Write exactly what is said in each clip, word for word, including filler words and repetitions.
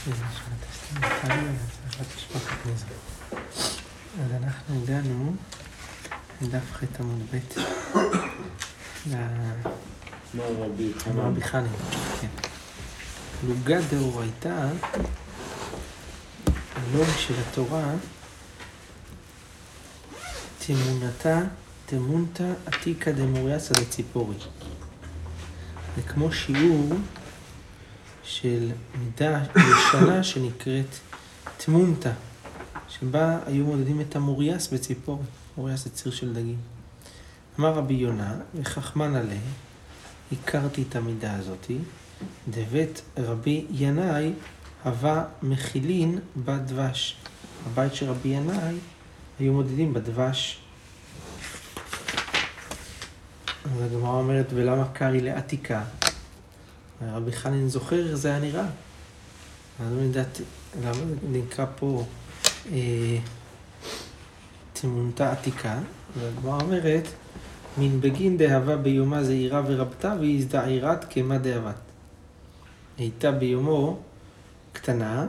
אז אנחנו הגענו לדף ח' עמוד ב' למרבי חנין. פלוגה דאורייתא, הלוג של התורה, תמונתה, תמונתה עתיקה דמורייסא דציפורי. זה כמו שיעור של מידה ישנה שנקראת תמונתה, שבה היו מודדים את המורייס בציפורי. מורייס זה ציר של דגים. אמר רבי יונה, וחכמן עליה, הכרתי את המידה הזאת, דבית רבי ינאי הווה מחילין בדבש. הבית של רבי ינאי היו מודדים בדבש. אז הגמרא אומרת, ולמה קרי לעתיקה? רבי חנין זוכר איך זה היה נראה. אז לא יודעת למה נקרא פה אה, תמונתה עתיקה. והגמרא אומרת, מן בגין דהבה ביומה זעירה ורבתה והזדעירת כמה דהבת. הייתה ביומו קטנה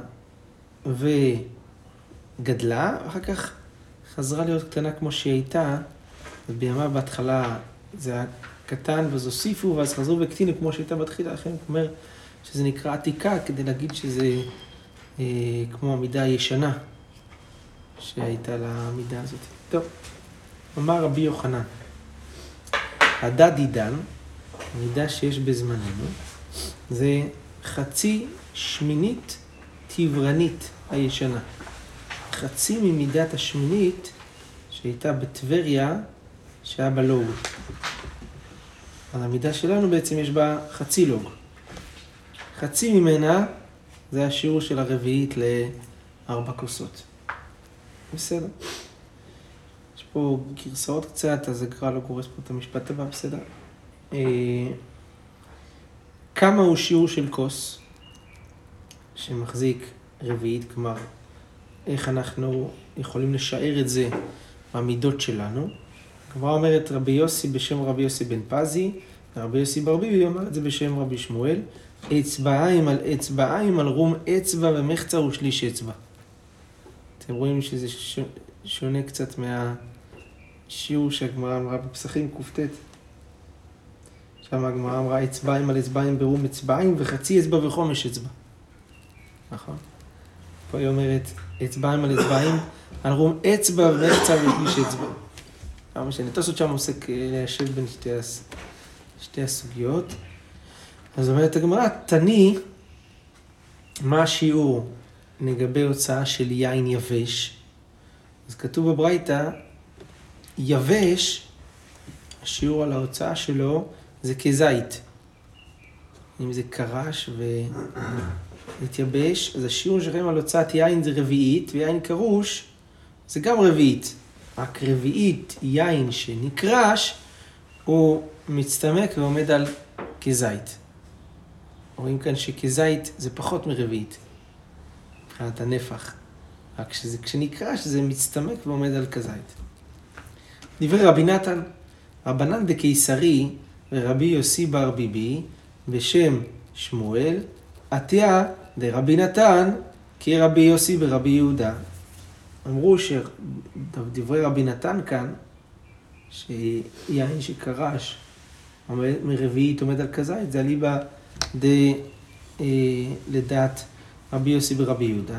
וגדלה, אחר כך חזרה להיות קטנה כמו שהיא הייתה, ובימה בהתחלה זה היה קטן, ואז הוסיפו, ואז חזרו וקטינו כמו שהייתה בתחילה. לכן הוא אומר שזה נקרא עתיקה, כדי להגיד שזה אה, כמו המידה הישנה שהייתה למידה הזאת. טוב, אמר רבי יוחנן, הדד עידן, המידה שיש בזמננו, זה חצי שמינית טברנית הישנה. חצי ממידת השמינית שהייתה בטבריה, שהיה בלוג. אז המידה שלנו בעצם יש בה חצי לוג. חצי ממנה זה השיעור של הרביעית לארבע כוסות. בסדר. יש פה גרסאות קצת, אז אקרא לא קורס פה את המשפט הבא, בסדר. כמה הוא שיעור של כוס שמחזיק רביעית, כלומר, איך אנחנו יכולים לשער את זה במידות שלנו. כבר אומרת רבי יוסי בשם רבי יוסי בן פזי, רבי יוסי ברביבי אומר את זה בשם רבי שמואל, אצבעיים על אצבעיים על רום אצבע ומחצה ושליש אצבע. אתם רואים שזה שונה קצת מהשיעור שהגמרא אמרה בפסחים קופטט. שם הגמרא אמרה אצבעיים על אצבעיים ברום אצבעיים וחצי אצבע וחומש אצבע. נכון? פה היא אומרת אצבעיים על אצבעיים על רום אצבע ומחצה ושליש אצבע. כמה שנתוסות שם עוסק ליישב בין שתי, הס... שתי הסוגיות. אז אומרת הגמרא, תני, מה השיעור לגבי הוצאה של יין יבש? אז כתוב בברייתא, יבש, השיעור על ההוצאה שלו זה כזית. אם זה קרש והתייבש, אז השיעור שלכם על הוצאת יין זה רביעית, ויין קרוש זה גם רביעית. רק רביעית יין שנקרש, הוא מצטמק ועומד על כזית. רואים כאן שכזית זה פחות מרביעית, מבחינת הנפח. רק כשזה, כשנקרש זה מצטמק ועומד על כזית. דברי רבי נתן, רבנן דקיסרי ורבי יוסי בר ביבי בשם שמואל, עטיה דרבי נתן כרבי יוסי ברבי יהודה. אמרו שדברי רבי נתן כאן, שיין שקרש מרביעית עומד על כזית, זה אליבא לדעת רבי יוסי ברבי יהודה,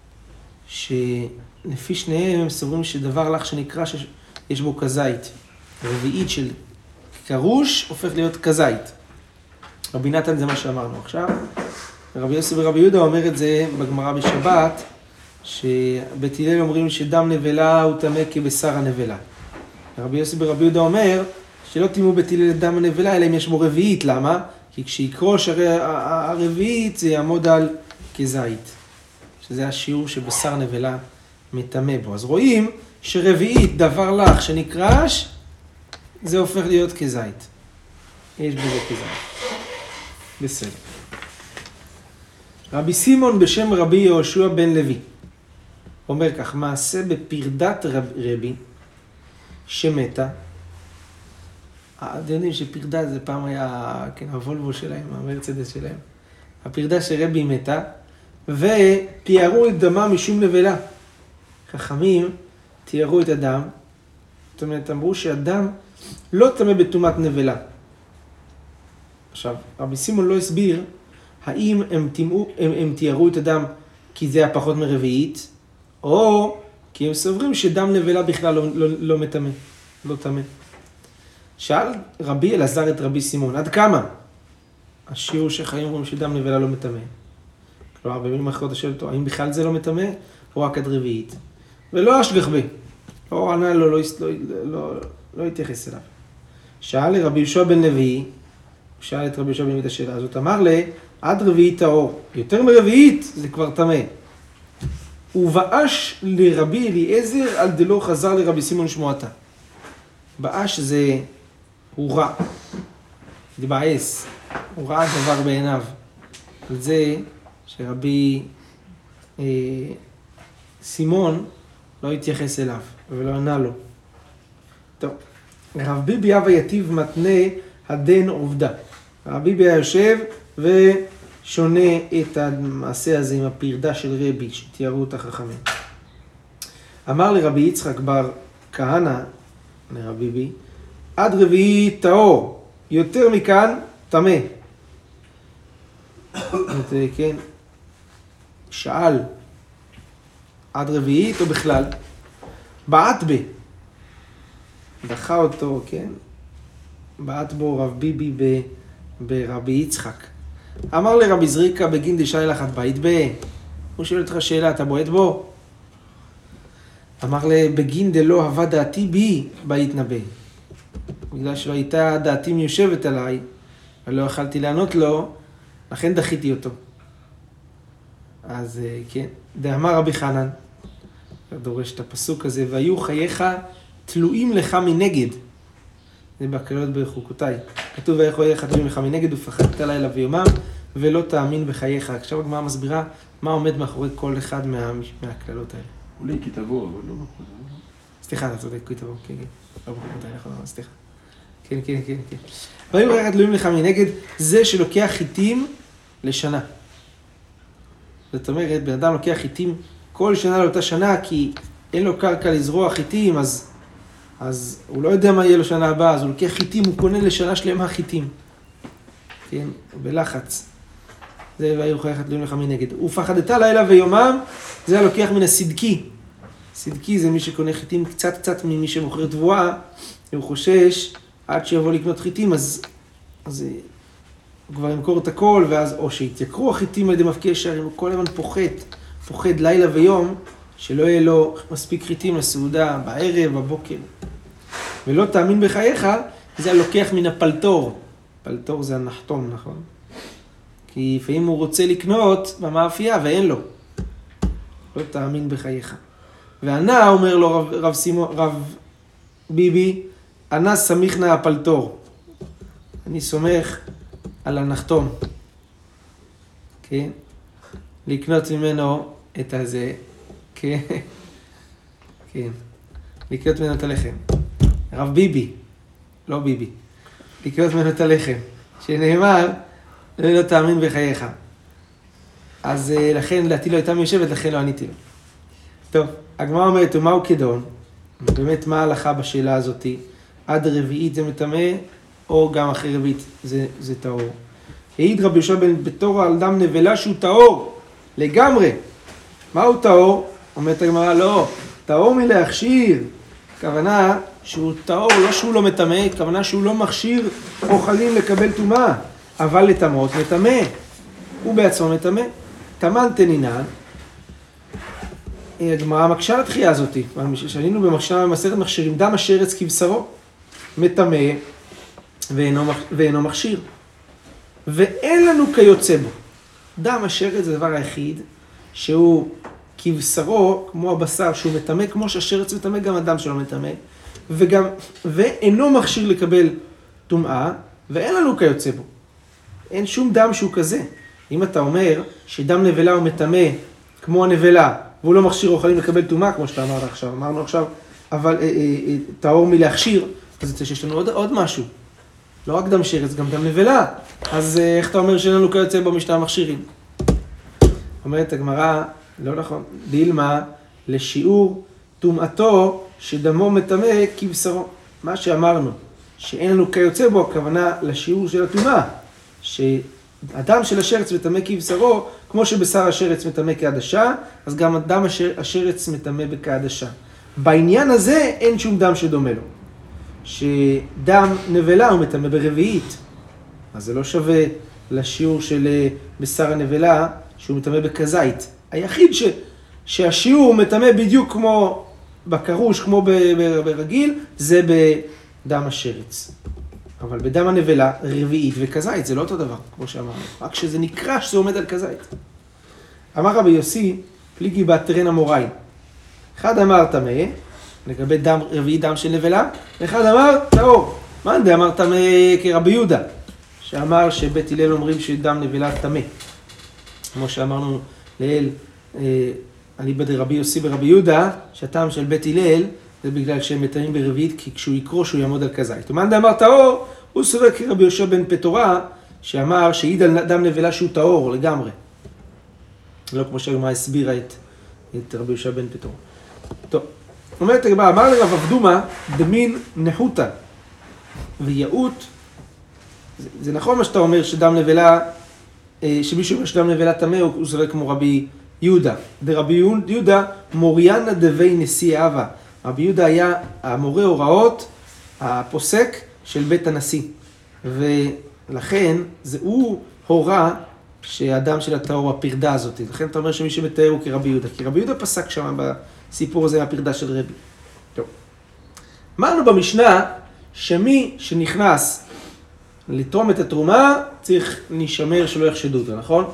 שלפי שניהם הם סוברים שדבר לך שנקרש יש בו כזית. רביעית של קרוש הופך להיות כזית. רבי נתן זה מה שאמרנו עכשיו. רבי יוסי ברבי יהודה אומר את זה בגמרא בשבת, שבית הלל אומרים שדם נבלה הוא טמא כבשר הנבלה. רבי יוסי ברבי יהודה אומר שלא תימו בית הלל דם הנבלה, אלא אם יש בו רביעית. למה? כי כשיקרוש הרביעית זה יעמוד על כזית, שזה השיעור שבשר נבלה מטמא בו. אז רואים שרביעית דבר לך שנקרש, זה הופך להיות כזית. יש בזה כזית. בסדר. רבי סימון בשם רבי יהושע בן לוי אומר כך, מעשה בפרדת רב, רבי שמתה. אתם יודעים שפרדה זה פעם היה, כן, הוולבו שלהם, המרצדס שלהם. הפרדה שרבי מתה, ותיארו את דמה משום נבלה. חכמים תיארו את הדם, זאת אומרת, אמרו שהדם לא טמא בטומאת נבלה. עכשיו, רבי סימון לא הסביר האם הם, תימאו, הם, הם תיארו את הדם כי זה היה פחות מרביעית, או כי הם סוברים שדם נבלה בכלל לא, לא, לא מטמא, לא טמא. שאל רבי אלעזר את רבי סימון, עד כמה? השיעור שחיים אומרים שדם נבלה לא מטמא. כלומר, במילים אחרות השאל אותו, האם בכלל זה לא מטמא, או רק עד רביעית? ולא אשגח בי. לא ענה לו, לא, לא, לא, לא התייחס אליו. שאל לרבי יהושע בן לוי, הוא שאל את רבי יהושע בן לוי את השאלה הזאת, אמר לי, עד רביעית טהור, יותר מרביעית זה כבר טמא. ובאש לרבי אליעזר על דלא חזר לרבי סימון שמועתה. באש זה, הוא רע, דבעס, הוא רע דבר בעיניו. על זה שרבי אה, סימון לא התייחס אליו ולא ענה לו. טוב, רב ביבי אבא יתיב מתנה הדין עובדה. רב ביבי היה יושב ושונה את המעשה הזה עם הפרדה של רבי שתיארו את החכמים. אמר לרבי יצחק בר כהנא, לרב ביבי, עד רביעי טהור, יותר מכאן טמא. כן, שאל עד רביעית או בכלל? בעט בי. דחה אותו, כן? בעט בו רב ביבי ב, ברבי יצחק. אמר לרבי זריקה בגין דשאי לך את בית ב. הוא שואל אותך שאלה, אתה בועט בו? אמר לה, בגין דלא הווה דעתי בי בית נבא. בגלל שלא הייתה דעתי מיושבת עליי, ולא יכלתי לענות לו, לכן דחיתי אותו. אז כן, דאמר רבי חנן, דורש את הפסוק הזה, והיו חייך תלויים לך מנגד. זה בהקלות בחוקותיי. כתוב, והיו חייך תלויים לך מנגד, ופחדת לילה ויומם, ולא תאמין בחייך. עכשיו הגמרא מסבירה מה עומד מאחורי כל אחד מה, מהכללות האלה. אולי כי תבוא, אבל לא נכון. סליחה, אתה צודק, כי תבוא, כן, כן. לא בחוקותיי, נכון, סליחה. כן, כן, כן, כן. והיו חייך תלויים לך מנגד, זה שלוקח חיטים לשנה. זאת אומרת, בן אדם לוקח חיטים כל שנה לאותה שנה, כי אין לו קרקע לזרוע חיטים, אז, אז הוא לא יודע מה יהיה לו שנה הבאה, אז הוא לוקח חיטים, הוא קונה לשנה שלמה חיטים. כן, בלחץ. זה והיו חייך תלויים לך מנגד. ופחדת לילה ויומם, זה הלוקח מן הסדקי. סדקי זה מי שקונה חיטים קצת קצת ממי שמוכר תבואה, הוא חושש עד שיבוא לקנות חיטים, אז, אז הוא כבר ימכור את הכל, ואז או שיתייקרו החיטים על ידי מפקיעי שערים, הוא כל הזמן פוחד, פוחד לילה ויום, שלא יהיה לו מספיק חיטים לסעודה בערב, בבוקר. ולא תאמין בחייך, זה הלוקח מן הפלטור. פלטור זה הנחתום, נכון? כי לפעמים הוא רוצה לקנות במאפייה ואין לו. לא תאמין בחייך. וענה, אומר לו רב, רב, סימו, רב ביבי, ענה סמיך נא הפלטור. אני סומך על הנחתום. כן? לקנות ממנו את הזה. כן? כן. לקנות ממנו את הלחם. רב ביבי, לא ביבי. לקנות ממנו את הלחם. שנאמר, לא תאמין בחייך. אז לכן, דעתי לא הייתה מיושבת, לכן לא עניתי לו. טוב, הגמרא אומרת, ומהו כדון? באמת, מה ההלכה בשאלה הזאת? עד רביעית זה מטמא, או גם אחרי רביעית זה, זה טהור. העיד רבי יהושע בן בתור על דם נבלה שהוא טהור, לגמרי. מהו טהור? אומרת הגמרא, לא, טהור מלהכשיר. הכוונה שהוא טהור, לא שהוא לא מטמא, הכוונה שהוא לא מכשיר אוכלים לקבל טומאה, אבל לטמאות מטמא. הוא בעצמו מטמא. טמן תנינן. הגמרא מקשה לתחייה הזאת. שעלינו במשנה במסכת מכשירים, דם השרץ כבשרו. מטמא ואינו, ואינו מכשיר. ואין לנו כיוצא בו. דם השרץ זה הדבר היחיד שהוא כבשרו, כמו הבשר שהוא מטמא, כמו שהשרץ מטמא, גם הדם שלו מטמא, וגם, ואינו מכשיר לקבל טומאה, ואין לנו כיוצא בו. אין שום דם שהוא כזה. אם אתה אומר שדם נבלה הוא מטמא כמו הנבלה, והוא לא מכשיר אוכלים לקבל טומאה, כמו שאתה אמרת עכשיו, אמרנו עכשיו, אבל אה, אה, טהור מלהכשיר, אז זה שיש לנו עוד, עוד משהו. לא רק דם שרץ, גם דם נבלה. אז אה, איך אתה אומר שאין לנו כיוצא בו משתה המכשירים? אומרת הגמרא, לא נכון, דילמה, לשיעור טומאתו שדמו מטמא כבשרו. מה שאמרנו, שאין לנו כיוצא בו, הכוונה לשיעור של הטומאה, שאדם של השרץ מטמא כבשרו, כמו שבשר השרץ מטמא כעדשה, אז גם אדם השרץ מטמא כעדשה. בעניין הזה אין שום דם שדומה לו. שדם נבלה הוא מטמא ברביעית, אז זה לא שווה לשיעור של בשר הנבלה שהוא מטמא בכזית. היחיד ש, שהשיעור מטמא בדיוק כמו בקרוש, כמו ברגיל, זה בדם השרץ. אבל בדם הנבלה, רביעית וכזית, זה לא אותו דבר, כמו שאמרנו. רק שזה נקרא שזה עומד על כזית. אמר רבי יוסי, פליגי באתרן אמוראי. אחד אמר טמא, לגבי דם רביעי דם של נבלה, ואחד אמר טהור. מאן דאמר טמא כרבי יהודה, שאמר שבית הלל אומרים שדם נבלה טמא. כמו שאמרנו לעיל, אליבא דרבי יוסי ברבי יהודה, שהטעם של בית הלל זה בגלל שהם מטמאים ברביעית, כי כשהוא יקרוא שהוא יעמוד על כזית. ומאן דאמר טהור, הוא סובר כרבי יהושע בן פטורה, שאמר שהעיד על דם נבלה שהוא טהור לגמרי. לא כמו שהגמרא הסבירה את, את רבי יהושע בן פטורה. טוב. אומרת הגמרא, אמר לרב אבדומה, דמין נחותה ויהות. זה, זה נכון מה שאתה אומר שדם נבלה, שמישהו אומר שדם נבלה טמא, הוא סובר כמו רבי יהודה. דרבי יהודה מוריאנה דבי נשיא אהבה. רבי יהודה היה המורה הוראות, הפוסק של בית הנשיא. ולכן זה הוא הורה שהדם של הטהור הפרדה הזאת. לכן אתה אומר שמי שמתאר הוא כרבי יהודה. כי רבי יהודה פסק שם בסיפור הזה מהפרדה של רבי. טוב. אמרנו במשנה שמי שנכנס לתרום את התרומה צריך להישמר שלא יחשדו אותו, נכון?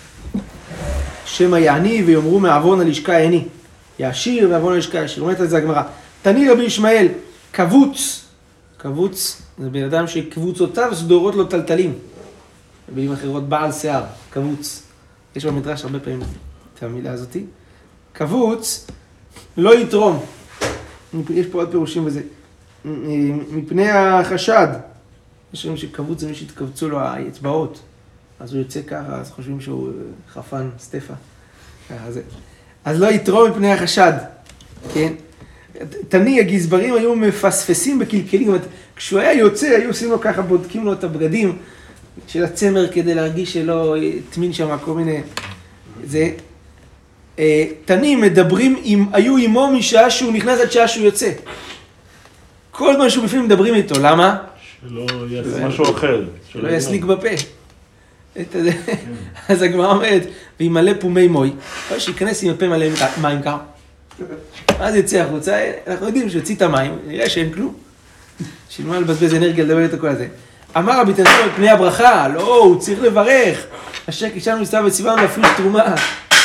שמא יעני ויאמרו מעוון על ישקע עיני. יעשיר ועוון על ישקע ישיר. אומרת את זה הגמרא. תני רבי ישמעאל, קבוץ. קבוץ זה בן אדם שקבוצותיו סדורות לו טלטלים. במילים אחרות בעל שיער, קבוץ. יש במדרש הרבה פעמים את המילה הזאת. קבוץ לא יתרום. יש פה עוד פירושים בזה. מפני החשד. יש לנו שקבוץ זה מי שהתקבצו לו האצבעות. אז הוא יוצא ככה, אז חושבים שהוא חפן, סטפה. ככה זה. אז לא יתרום מפני החשד. כן? תני, הגזברים היו מפספסים בקלקלים. כשהוא היה יוצא, היו עושים לו ככה, בודקים לו את הבגדים של הצמר כדי להרגיש שלא תמין שם כל מיני... זה... תני, מדברים, עם, היו עמו משעה שהוא נכנס עד שעה שהוא יוצא. כל זמן שהוא בפנים מדברים איתו, למה? שלא יעשה משהו אחר. שלא יסליק בפה. אז הגמרא אומרת, וימלא פומי מוי, שיכנס עם הפה מלא מים קר. אז יצא החוצה, אנחנו יודעים שיוציא את המים, נראה שאין כלום. שילמה לבזבז אנרגיה לדבר את הכל הזה. אמר רבי תנסו את פני הברכה, לא, הוא צריך לברך. אשר כשם מסתובב בצבאנו להפריש תרומה.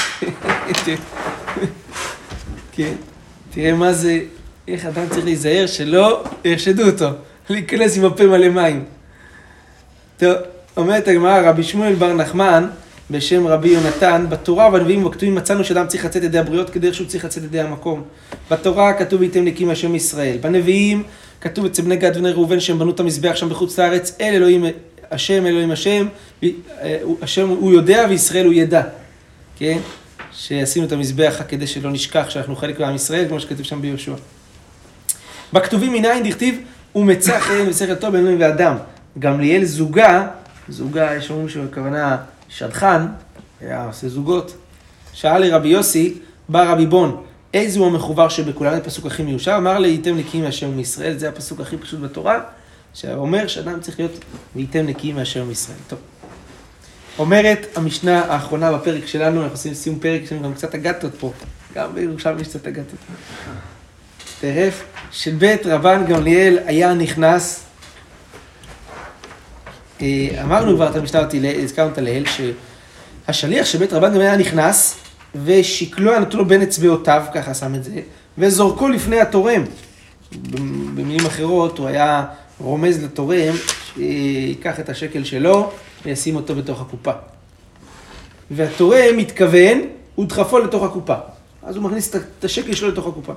כן, תראה מה זה, איך אדם צריך להיזהר שלא ירשדו אותו, להיכנס עם הפה מלא מים. טוב, אומרת הגמרא, רבי שמואל בר נחמן, בשם רבי יונתן, בתורה והנביאים וכתובים מצאנו שאדם צריך לצאת ידי הבריות כדרך שהוא צריך לצאת ידי המקום. בתורה כתוב ויתם נקיים השם ישראל. בנביאים כתוב אצל בני גד ובני ראובן שהם בנו את המזבח שם בחוץ לארץ, אל אלוהים השם, אלוהים השם, השם הוא יודע וישראל הוא ידע. כן? שעשינו את המזבח כדי שלא נשכח שאנחנו חלק מעם ישראל, כמו שכתוב שם ביהושע. בכתובים מנין דכתיב ומצא חרם ושכל טוב בין אלוהים ואדם. גמליאל זוגה, זוגה יש אומרים שבכוונה שדכן, היה עושה זוגות. שאל לרבי יוסי, בא רבי בון, איזו המחובר שבכולם, זה פסוק הכי מיושר, אמר להיתם נקיים מהשם מישראל, זה הפסוק הכי פשוט בתורה, שאומר שאדם צריך להיות והיתם נקיים מהשם מישראל. טוב. אומרת המשנה האחרונה בפרק שלנו, אנחנו עושים סיום פרק, יש לנו גם קצת אגתות פה, גם בירושלים יש קצת אגתות. טרף, של בית רבן גמליאל היה נכנס, אמרנו כבר, אתה משתרתי, הזכרנו את הליל, שהשליח של בית רבן גמליאל היה נכנס, ושיקלו נתנו לו בין אצבעותיו, ככה שם את זה, וזורקו לפני התורם. במילים אחרות, הוא היה רומז לתורם, שיקח את השקל שלו, וישים אותו בתוך הקופה. והתורם מתכוון, הוא דחפו לתוך הקופה. אז הוא מכניס את השקל שלו לתוך הקופה.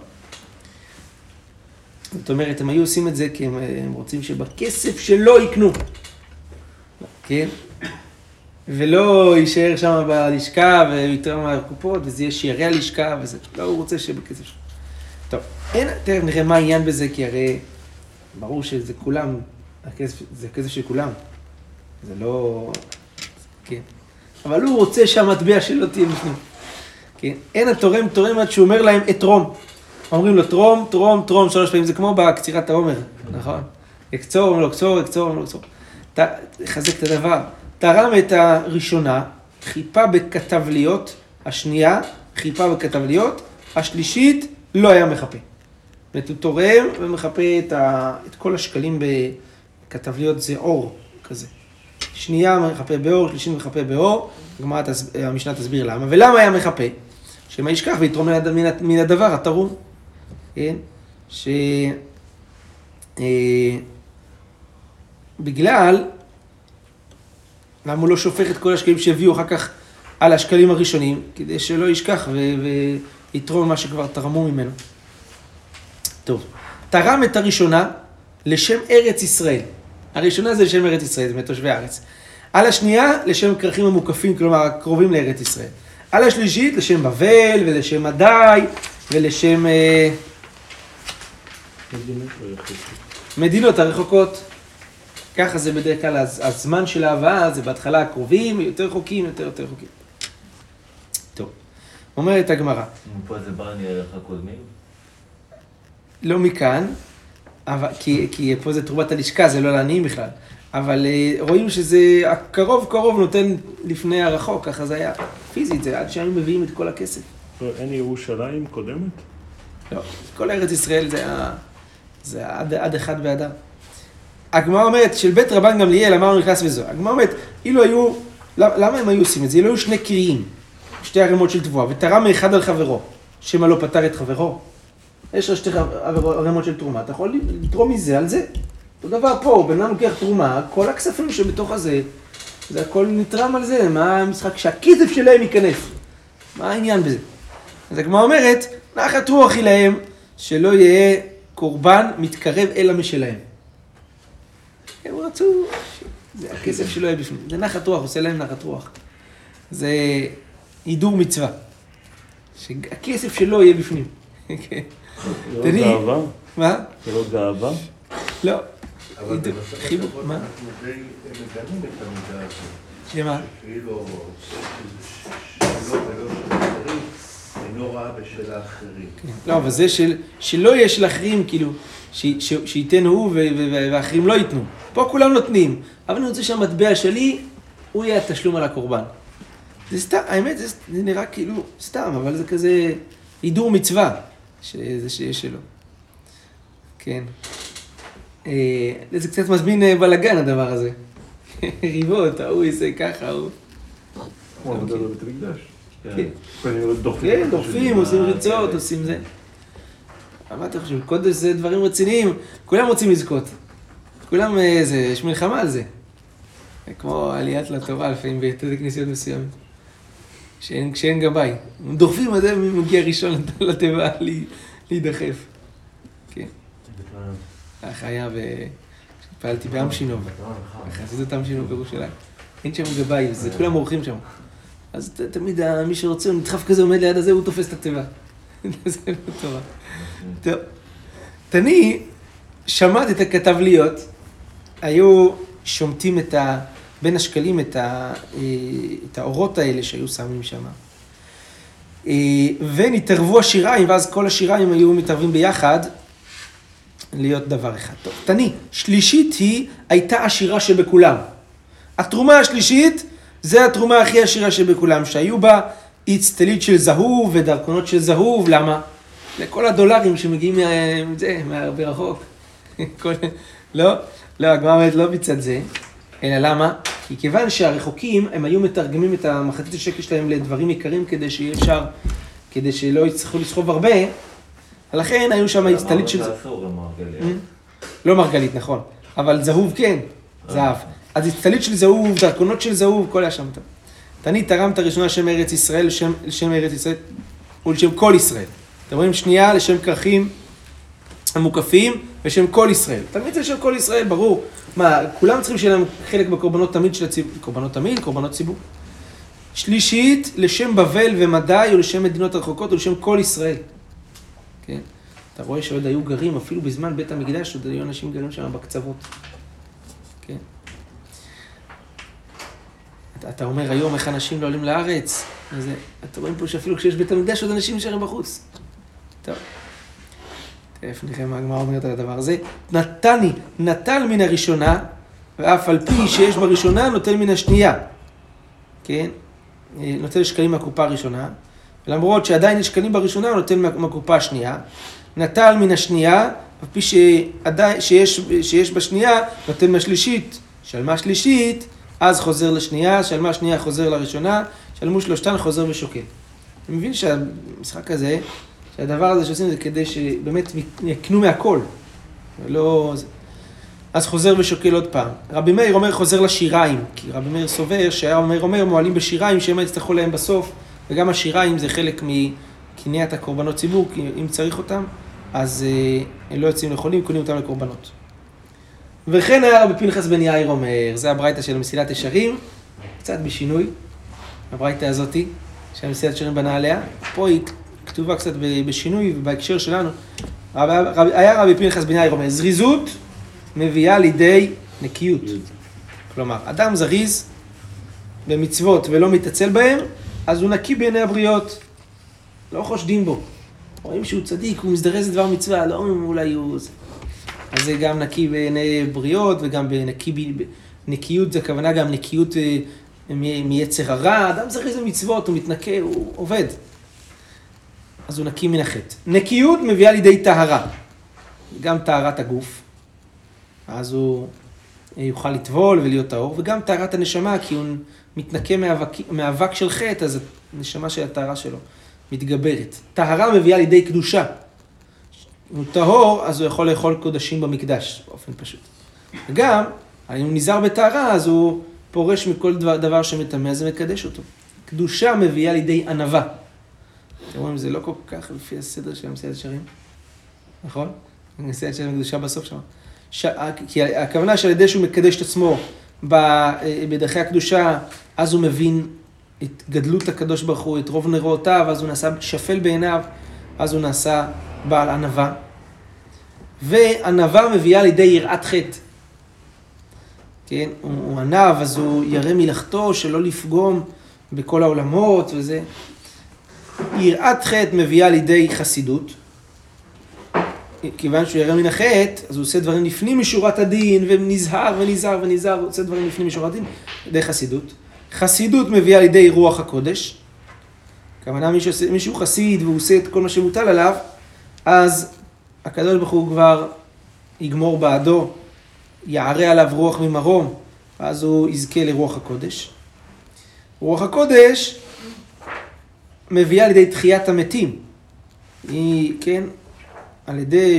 זאת אומרת, הם היו עושים את זה כי הם, הם רוצים שבכסף שלו יקנו. כן? ולא יישאר שם בלשכה ויותר מהקופות, וזה יהיה שירי הלשכה וזה, לא, הוא רוצה שבכסף שלו. טוב, אין, תכף נראה מה העניין בזה, כי הרי ברור שזה כולם, הכסף, זה הכסף של כולם. זה לא... כן. אבל הוא רוצה שהמטבע שלו תהיה בפנים. כן. אין התורם תורם עד שהוא אומר להם אתרום. אומרים לו תרום, תרום, תרום שלוש פעמים, זה כמו בקצירת העומר, נכון? אקצור, אומר לו אקצור, אקצור, אומר לו אקצור. חזק את הדבר. תרם את הראשונה, חיפה בכתבליות, השנייה, חיפה בכתבליות, השלישית לא היה מחפה. זאת הוא תורם ומחפה את, ה... את כל השקלים בכתבליות, זה אור כזה. שנייה מחפה באור, שלישית מחפה באור, הגמרא, המשנה תסביר למה. ולמה היה מחפה? שמה ישכח ויתרום מן הדבר, התרום. כן? ש... אה... בגלל, למה הוא לא שופך את כל השקלים שהביאו אחר כך על השקלים הראשונים, כדי שלא ישכח ו... ויתרום מה שכבר תרמו ממנו. טוב, תרם את הראשונה לשם ארץ ישראל. הראשונה זה לשם ארץ ישראל, זה מתושבי הארץ. על השנייה, לשם כרכים המוקפים, כלומר, קרובים לארץ ישראל. על השלישית, לשם בבל ולשם עדי ולשם אה... מדינות הרחוקות. ככה זה בדרך כלל, הזמן של ההבאה זה בהתחלה הקרובים, יותר רחוקים, יותר יותר רחוקים. טוב, אומרת הגמרא. פה זה בא נראה לך קודמים? לא מכאן, אבל, כי, כי פה זה תרומת הלשכה, זה לא לעניים בכלל. אבל רואים שזה, הקרוב קרוב נותן לפני הרחוק, ככה זה היה פיזית, זה עד שהיו מביאים את כל הכסף. אין ירושלים קודמת? לא, כל ארץ ישראל זה, היה, זה עד, עד אחד באדר. הגמרא אומרת, של בית רבן גמליאל, אמרנו נכנס וזו. הגמרא אומרת, אילו היו, למה הם היו עושים את זה? אילו היו שני קריים, שתי ערימות של תבואה, ותרם מאחד על חברו, שמה לא פתר את חברו. יש שתי ערימות של תרומה, אתה יכול לתרום מזה על זה. אותו דבר פה, בן אדם לוקח תרומה, כל הכספים שבתוך הזה, זה הכל נתרם על זה, מה המשחק? שהכסף שלהם ייכנס. מה העניין בזה? אז הגמרא אומרת, נחת רוח היא להם, שלא יהיה קורבן מתקרב אלא משלהם. הם רצו, זה הכסף שלא יהיה בפנים. זה נחת רוח, עושה להם נחת רוח. זה הידור מצווה. שהכסף שלו יהיה בפנים. זה לא גאווה? מה? זה לא גאווה? לא. אבל בנושא חיבוק, מה? אנחנו די מגנים את המידה הזאת. שמה? כאילו, שלא ולא של אחרים, אינו רעה בשל האחרים. לא, אבל זה שלא יהיה של אחרים, כאילו, שייתן הוא ואחרים לא ייתנו. פה כולם נותנים, אבל אני רוצה שהמטבע שלי, הוא יהיה התשלום על הקורבן. זה סתם, האמת, זה נראה כאילו סתם, אבל זה כזה הידור מצווה, שזה שיש שלו. כן. זה קצת מזמין בלגן הדבר הזה. ריבות, הוא יעשה ככה, הוא... כמו עבודה בבית המקדש. כן. דוחפים. כן, דוחפים, עושים ריצות, עושים זה. מה אתה חושב? קודש זה דברים רציניים, כולם רוצים לזכות. כולם, זה, יש מלחמה על זה. כמו עליית לתורה, לפעמים ביתד כנסיות מסוימת. כשאין גבאי. דוחפים עד מי מגיע ראשון לטבע להידחף. כן. כך היה ופעלתי בעם שינוב. חסידות עם שינוב בירושלים. אין שם גבאי, זה כולם אורחים שם. אז תמיד מי שרוצה, הוא נדחף כזה, עומד ליד הזה, הוא תופס את הטבע. זה לא טובה. טוב. תני, שמעת את הכתבליות, היו שומטים את ה... בין השקלים את, ה... את האורות האלה שהיו שמים שם. ונתערבו השיריים, ואז כל השיריים היו מתערבים ביחד להיות דבר אחד. טוב, תני, שלישית היא הייתה עשירה שבכולם. התרומה השלישית זה התרומה הכי עשירה שבכולם, שהיו בה אצטלית של זהוב ודרכונות של זהוב. למה? לכל הדולרים שמגיעים מזה, מהרבה רחוק. כל... לא, לא, הגמרא אומרת לא מצד זה, אלא למה? כי כיוון שהרחוקים הם היו מתרגמים את המחצית השקל שלהם לדברים יקרים כדי שיהיה אפשר, כדי שלא יצטרכו לסחוב הרבה, לכן היו שם אצטלית של... זה אסור למרגלית. לא מרגלית, נכון, אבל זהוב כן, זהב. אז אצטלית של זהוב, דרכונות של זהוב, כל היה שם טוב. תני תרמת ראשונה לשם ארץ ישראל, לשם ארץ ישראל ולשם כל ישראל. אתם רואים שנייה לשם כרכים המוקפים בשם כל ישראל. תמיד זה שם כל ישראל, ברור. מה, כולם צריכים שיהיה להם חלק בקורבנות תמיד של הציבור. קורבנות תמיד, קורבנות ציבור. שלישית, לשם בבל ומדי, או לשם מדינות רחוקות, או לשם כל ישראל. כן? אתה רואה שעוד היו גרים, אפילו בזמן בית המקדש, עוד היו אנשים גרים שם בקצוות. כן? אתה, אתה אומר היום איך אנשים לא עולים לארץ. אז, אתה רואים פה שאפילו כשיש בית המקדש, עוד אנשים נשארים בחוץ. טוב. תכף נראה מה הגמרא אומרת על הדבר הזה. נתני, נטל מן הראשונה, ואף על פי שיש בראשונה, נוטל מן השנייה. כן? נוטל שקלים מהקופה הראשונה, ולמרות שעדיין יש שקלים בראשונה, הוא נוטל מהקופה השנייה. נטל מן השנייה, אף פי שעדיין, שיש, שיש בשנייה, נוטל מהשלישית. שלמה שלישית, אז חוזר לשנייה, שלמה שנייה חוזר לראשונה, שלמו שלושתן חוזר ושוקל. אני מבין שהמשחק הזה, שהדבר הזה שעושים זה כדי שבאמת יקנו מהכל, ולא... אז חוזר ושוקל עוד פעם. רבי מאיר אומר חוזר לשיריים, כי רבי מאיר סובר שהרבי מאיר אומר מועלים בשיריים שהם יצטרכו להם בסוף, וגם השיריים זה חלק מקניית הקורבנות ציבור, כי אם צריך אותם, אז הם לא יוצאים לחולים, קונים אותם לקורבנות. וכן היה רבי פנחס בן יאיר אומר, זה הברייתא של מסילת ישרים, קצת בשינוי, הברייתא הזאתי, שהמסילת ישרים בנה עליה, פה היא כתובה קצת בשינוי, ובהקשר שלנו, היה רבי פנחס בן יאיר אומר, זריזות מביאה לידי נקיות. כלומר, אדם זריז במצוות ולא מתעצל בהם, אז הוא נקי בעיני הבריות, לא חושדים בו. רואים שהוא צדיק, הוא מזדרז לדבר מצווה, לא אולי הוא... אז זה גם נקי בעיני בריות, וגם בנקי, נקיות זה הכוונה גם נקיות מיצר הרע. אדם זריז במצוות, הוא מתנקה, הוא עובד. אז הוא נקי מן החטא. נקיות מביאה לידי טהרה. גם טהרת הגוף. אז הוא יוכל לטבול ולהיות טהור, וגם טהרת הנשמה, כי הוא מתנקה מאבק, מאבק של חטא, אז הנשמה של הטהרה שלו מתגברת. טהרה מביאה לידי קדושה. אם הוא טהור, אז הוא יכול לאכול קודשים במקדש, באופן פשוט. וגם, אם הוא נזהר בטהרה, אז הוא פורש מכל דבר, דבר שמטמא, זה מקדש אותו. קדושה מביאה לידי ענווה. אתם רואים, זה לא כל כך לפי הסדר של מסילת ישרים, נכון? מסילת ישרים קדושה בסוף שם. ש... כי הכוונה שעל ידי שהוא מקדש את עצמו בדרכי הקדושה, אז הוא מבין את גדלות הקדוש ברוך הוא, את רוב נרואותיו, אז הוא נעשה שפל בעיניו, אז הוא נעשה בעל ענווה. וענווה מביאה לידי יראת חטא. כן? הוא ענב, אז הוא ירא מלאכתו שלא לפגום בכל העולמות וזה. יראת חטא מביאה לידי חסידות. כיוון שהוא ירא מן החטא, אז הוא עושה דברים לפנים משורת הדין, ונזהר ונזהר ונזהר, הוא עושה דברים לפנים משורת הדין, לידי חסידות. חסידות מביאה לידי רוח הקודש. כמובן, מישהו, מישהו חסיד והוא עושה את כל מה שמוטל עליו, אז הקדוש ברוך הוא כבר יגמור בעדו, יערה עליו רוח ממרום, אז הוא יזכה לרוח הקודש. רוח הקודש מביאה לידי תחיית המתים. היא, כן, על ידי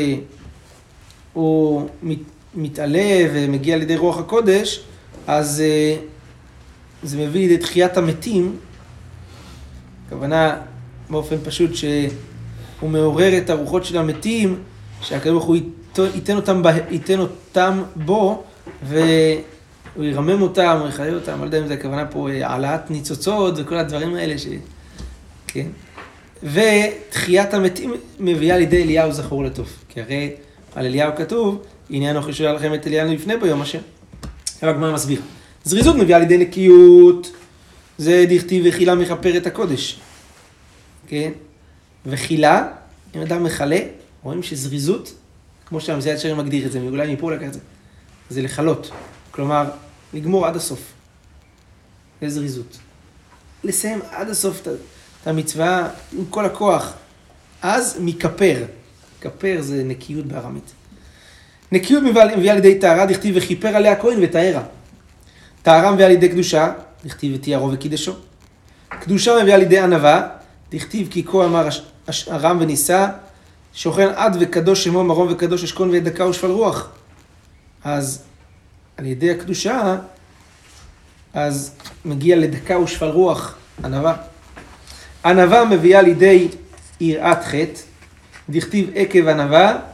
שהוא מתעלה ומגיע לידי רוח הקודש, אז זה מביא לידי תחיית המתים, הכוונה באופן פשוט שהוא מעורר את הרוחות של המתים, שהקדוש ברוך הוא ייתן אותם, ייתן אותם בו, והוא ירמם אותם, הוא יחיה אותם, לא יודע אם זה הכוונה פה העלאת ניצוצות וכל הדברים האלה ש... כן. ותחיית המתים מביאה לידי אליהו זכור לטוב. כי הרי על אליהו כתוב, הנה אנוכי שולח לכם את אליהו לפני ביום השם. אבל הגמרא מסביר. זריזות מביאה לידי נקיות, זה דכתיב וחילה מכפר את הקודש. כן? וחילה, אם אדם מחלה, רואים שזריזות, כמו שהמסילת ישרים מגדיר את זה, אולי מפה לקח את זה, זה לחלות. כלומר, לגמור עד הסוף. זה זריזות. לסיים עד הסוף את את המצווה עם כל הכוח. אז מכפר. כפר זה נקיות בארמית. נקיות מביאה לידי טהרה, דכתיב וכיפר עליה הכהן וטהרה. טהרה מביאה לידי קדושה, דכתיב ותיארו וקידשו. קדושה מביאה לידי ענווה, דכתיב כי כה אמר ארם וניסה, שוכן עד וקדוש שמו מרום וקדוש אשכון ועת דקה ושפל רוח. אז על ידי הקדושה, אז מגיע לדקה ושפל רוח, ענווה. ענווה מביאה לידי יראת חטא, דכתיב עקב ענווה,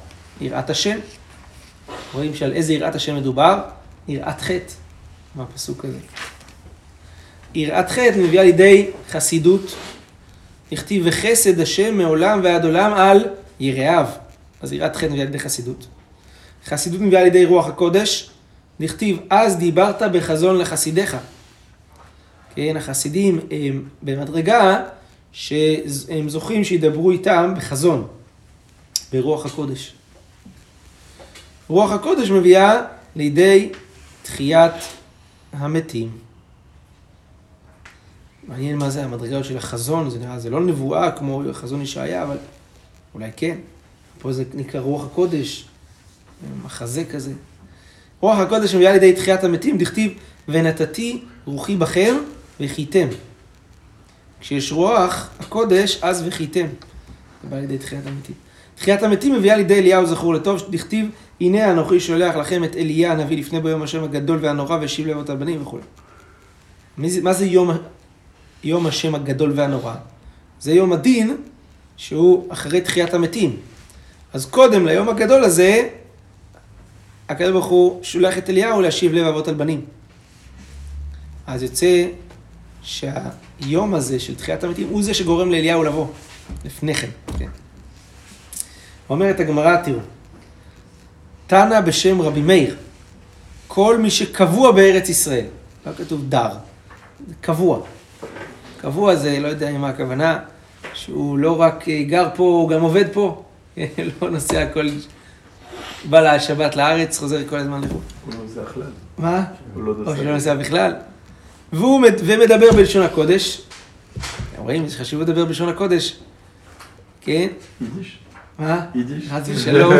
יראת השם. רואים שעל איזה יראת השם מדובר? יראת חטא. מה הפסוק הזה? יראת חטא מביאה לידי חסידות. נכתיב וחסד השם מעולם ועד עולם על יראיו. אז יראת חטא מביאה לידי חסידות. חסידות מביאה לידי רוח הקודש. נכתיב אז דיברת בחזון לחסידיך. כן, החסידים הם במדרגה שהם זוכים שידברו איתם בחזון, ברוח הקודש. רוח הקודש מביאה לידי תחיית המתים. מעניין מה זה המדרגות של החזון, זה נראה, זה לא נבואה כמו חזון ישעיה, אבל אולי כן. פה זה נקרא רוח הקודש, מחזה כזה. רוח הקודש מביאה לידי תחיית המתים, דכתיב ונתתי רוחי בכם וחיתם. כשיש רוח הקודש, אז וחיתם. זה בא לידי תחיית המתים. תחיית המתים מביאה לידי אליהו זכור לטוב, דכתיב הנה אנוכי שולח לכם את אליה הנביא לפני ביום השם הגדול והנורא והשיב לב אותה בנים וכו'. מה זה יום, יום השם הגדול והנורא? זה יום הדין שהוא אחרי תחיית המתים. אז קודם ליום הגדול הזה, הקדוש ברוך הוא שולח את אליהו להשיב לב אבות על בנים. אז יוצא שהיום הזה של תחיית המתים הוא זה שגורם לאליהו לבוא לפני כן. כן. אומרת הגמרא, תראו, תנא בשם רבי מאיר, כל מי שקבוע בארץ ישראל, לא כתוב דר, זה קבוע. קבוע זה, לא יודע מה הכוונה, שהוא לא רק גר פה, הוא גם עובד פה, לא נוסע כל... בא לשבת לארץ, חוזר כל הזמן לחו"ל. הוא לא נוסע בכלל. מה? הוא לא או שלא נוסע בכלל. והוא ומדבר בלשון הקודש. אתם רואים, זה חשוב לדבר בלשון הקודש. כן? יידיש. מה? יידיש. חס ושלום.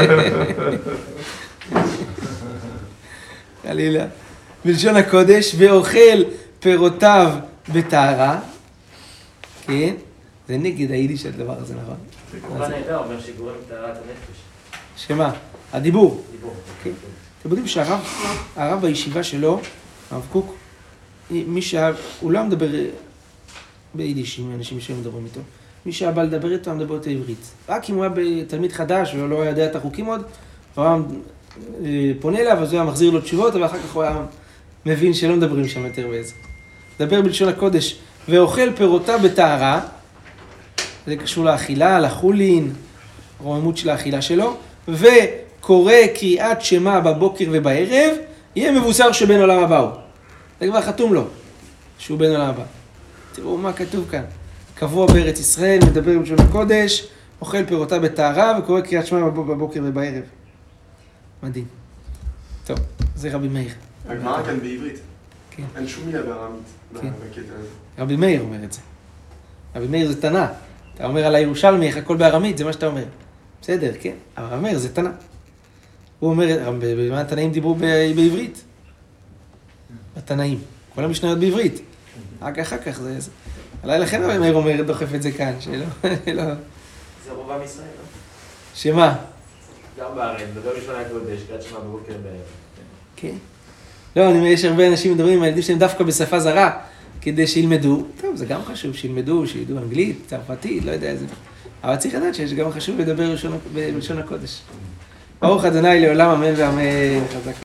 חלילה. בלשון הקודש, ואוכל פירותיו בטהרה. כן? זה נגד היידיש הדבר הזה, נכון? זה קורבן נהדר, אומר שגורם טהרת הנפש. שמה? הדיבור. דיבור. כן. אתם יודעים שהרב, הרב בישיבה שלו, הרב קוק, מי שה... הוא לא מדבר ביידיש עם אנשים שמדברים איתו. מי שהיה בא לדבר איתו, היה מדבר איתו עברית. רק אם הוא היה תלמיד חדש ולא היה יודע את החוקים עוד, הוא היה פונה אליו, אז הוא היה מחזיר לו תשובות, אבל אחר כך הוא היה מבין שלא מדברים שם יותר באיזה. מדבר בלשון הקודש, ואוכל פירותיו בטהרה, זה קשור לאכילה, לחולין, רוממות של האכילה שלו, וקורא קריאת שמה בבוקר ובערב, יהיה מבוסר שבן עולם הבא הוא. זה כבר חתום לו, שהוא בן עולם הבא. תראו מה כתוב כאן. קבוע בארץ ישראל, מדבר בלשון הקודש, אוכל פירותיו בטהרה, וקורא קריאת שמה בבוקר ובערב. מדהים. טוב, זה רבי מאיר. הגמרא כאן בעברית. כן. אין שום מילה בארמית כן. בקטע הזה. רבי מאיר אומר את זה. רבי מאיר זה תנא. אתה אומר על הירושלמי, איך הכל בארמית, זה מה שאתה אומר. בסדר, כן. אבל רבי מאיר זה תנא. הוא אומר, במה התנאים דיברו בעברית? התנאים. כל המשניות בעברית. רק אחר כך זה... אולי לכן רבי מאיר אומר, דוחף את זה כאן, שלא... זה רובם ישראל, לא? שמה? גם בארץ, מדבר בשביל הקודש, קריאת שמע בבוקר בערב. כן. לא, אני, יש הרבה אנשים מדברים עם הילדים שלהם דווקא בשפה זרה, כדי שילמדו. טוב, זה גם חשוב, שילמדו, שידעו אנגלית, צרפתית, לא יודע איזה... אבל צריך לדעת שיש גם חשוב לדבר בלשון הקודש. ברוך ה' לעולם אמן ואמן. חזק.